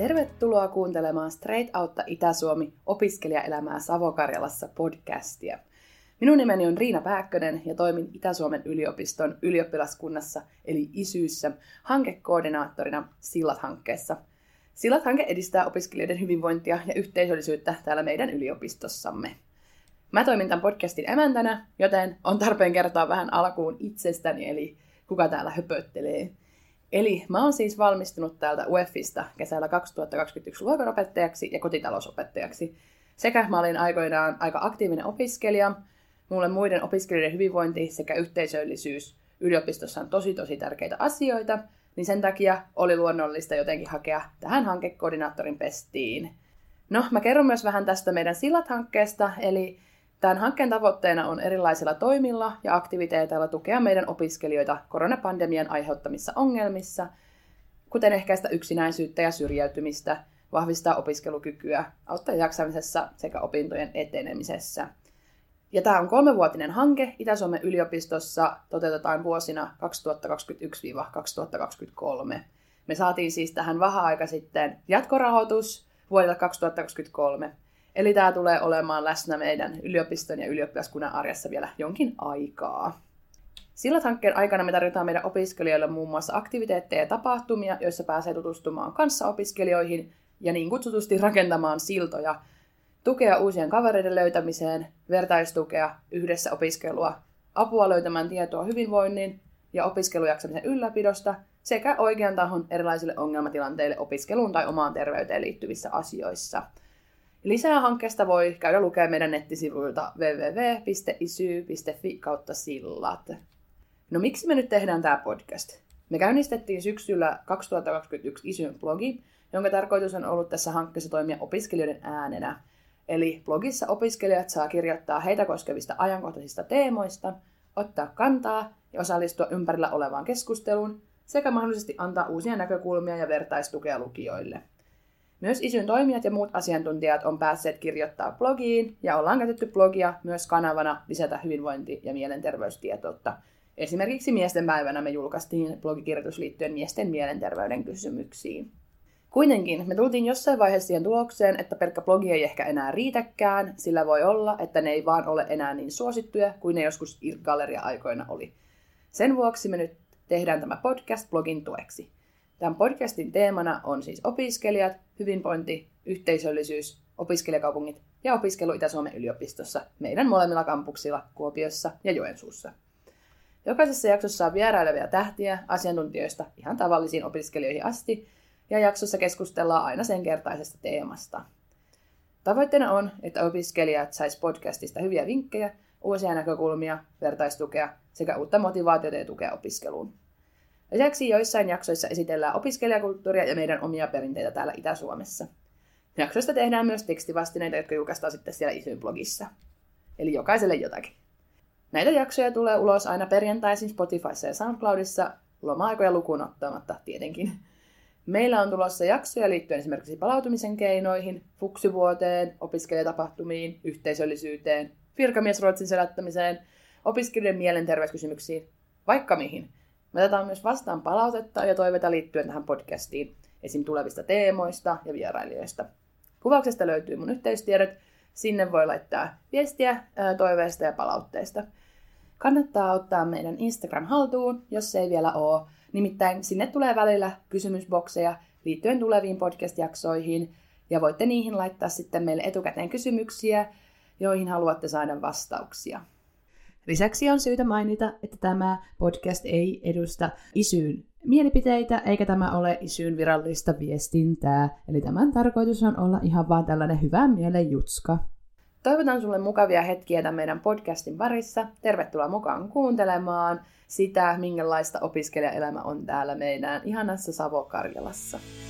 Tervetuloa kuuntelemaan Straight Outta Itä-Suomi opiskelijaelämää Savo-Karjalassa podcastia. Minun nimeni on Riina Pääkkönen ja toimin Itä-Suomen yliopiston ylioppilaskunnassa eli ISYssä hankekoordinaattorina Sillat-hankkeessa. Sillat-hanke edistää opiskelijoiden hyvinvointia ja yhteisöllisyyttä täällä meidän yliopistossamme. Mä toimin tämän podcastin emäntänä, joten on tarpeen kertoa vähän alkuun itsestäni, eli kuka täällä höpöttelee. Eli mä oon siis valmistunut täältä UEFista kesällä 2021 luokanopettajaksi ja kotitalousopettajaksi. Sekä mä olin aikoinaan aika aktiivinen opiskelija. Mulle muiden opiskelijoiden hyvinvointi sekä yhteisöllisyys yliopistossa on tosi tärkeitä asioita, niin sen takia oli luonnollista jotenkin hakea tähän hankekoordinaattorin pestiin. No, mä kerron myös vähän tästä meidän Sillat-hankkeesta, eli tämän hankkeen tavoitteena on erilaisilla toimilla ja aktiviteeteilla tukea meidän opiskelijoita koronapandemian aiheuttamissa ongelmissa, kuten ehkäistä yksinäisyyttä ja syrjäytymistä, vahvistaa opiskelukykyä, auttaa jaksamisessa sekä opintojen etenemisessä. Ja tämä on 3-vuotinen hanke Itä-Suomen yliopistossa, toteutetaan vuosina 2021-2023. Me saatiin siis tähän vähän aika sitten jatkorahoitus vuodelle 2023. Eli tämä tulee olemaan läsnä meidän yliopiston ja ylioppilaskunnan arjessa vielä jonkin aikaa. Sillat-hankkeen aikana me tarjotaan meidän opiskelijoille muun muassa aktiviteetteja ja tapahtumia, joissa pääsee tutustumaan kanssaopiskelijoihin ja niin kutsutusti rakentamaan siltoja, tukea uusien kavereiden löytämiseen, vertaistukea, yhdessä opiskelua, apua löytämään tietoa hyvinvoinnin ja opiskelujaksamisen ylläpidosta sekä oikean tahon erilaisille ongelmatilanteille opiskeluun tai omaan terveyteen liittyvissä asioissa. Lisää hankkeesta voi käydä lukea meidän nettisivuilta www.isy.fi/sillat. No miksi me nyt tehdään tämä podcast? Me käynnistettiin syksyllä 2021 ISYn blogi, jonka tarkoitus on ollut tässä hankkeessa toimia opiskelijoiden äänenä. Eli blogissa opiskelijat saa kirjoittaa heitä koskevista ajankohtaisista teemoista, ottaa kantaa ja osallistua ympärillä olevaan keskusteluun sekä mahdollisesti antaa uusia näkökulmia ja vertaistukea lukijoille. Myös ISYn toimijat ja muut asiantuntijat on päässeet kirjoittaa blogiin ja ollaan käytetty blogia myös kanavana lisätä hyvinvointi- ja mielenterveystietoutta. Esimerkiksi miesten päivänä me julkaistiin blogikirjoitus liittyen miesten mielenterveyden kysymyksiin. Kuitenkin me tultiin jossain vaiheessa siihen tulokseen, että pelkkä blogi ei ehkä enää riitäkään, sillä voi olla, että ne ei vaan ole enää niin suosittuja kuin ne joskus Galleria-aikoina oli. Sen vuoksi me nyt tehdään tämä podcast blogin tueksi. Tämän podcastin teemana on siis opiskelijat, hyvinvointi, yhteisöllisyys, opiskelijakaupungit ja opiskelu Itä-Suomen yliopistossa meidän molemmilla kampuksilla Kuopiossa ja Joensuussa. Jokaisessa jaksossa on vierailevia tähtiä asiantuntijoista ihan tavallisiin opiskelijoihin asti ja jaksossa keskustellaan aina sen kertaisesta teemasta. Tavoitteena on, että opiskelijat sais podcastista hyviä vinkkejä, uusia näkökulmia, vertaistukea sekä uutta motivaatiota ja tukea opiskeluun. Lisäksi joissain jaksoissa esitellään opiskelijakulttuuria ja meidän omia perinteitä täällä Itä-Suomessa. Jaksoista tehdään myös tekstivastineita, jotka julkaistaan sitten siellä ISYn blogissa. Eli jokaiselle jotakin. Näitä jaksoja tulee ulos aina perjantaisin Spotifyssa ja SoundCloudissa, loma-aikoja lukuun ottamatta tietenkin. Meillä on tulossa jaksoja liittyen esimerkiksi palautumisen keinoihin, fuksivuoteen, opiskelijatapahtumiin, yhteisöllisyyteen, virkamiesruotsin selättämiseen, opiskelijoiden mielenterveyskysymyksiin, vaikka mihin. Me otetaan myös vastaan palautetta ja toiveita liittyen tähän podcastiin, esim. Tulevista teemoista ja vierailijoista. Kuvauksesta löytyy mun yhteystiedot, sinne voi laittaa viestiä toiveista ja palautteista. Kannattaa ottaa meidän Instagram haltuun, jos se ei vielä ole. Nimittäin sinne tulee välillä kysymysbokseja liittyen tuleviin podcast-jaksoihin, ja voitte niihin laittaa sitten meille etukäteen kysymyksiä, joihin haluatte saada vastauksia. Lisäksi on syytä mainita, että tämä podcast ei edusta ISYn mielipiteitä, eikä tämä ole ISYn virallista viestintää. Eli tämän tarkoitus on olla ihan vaan tällainen hyvän mielen jutska. Toivotan sulle mukavia hetkiä tämän meidän podcastin parissa. Tervetuloa mukaan kuuntelemaan sitä, minkälaista opiskelijaelämä on täällä meidän ihanassa Savo-Karjalassa.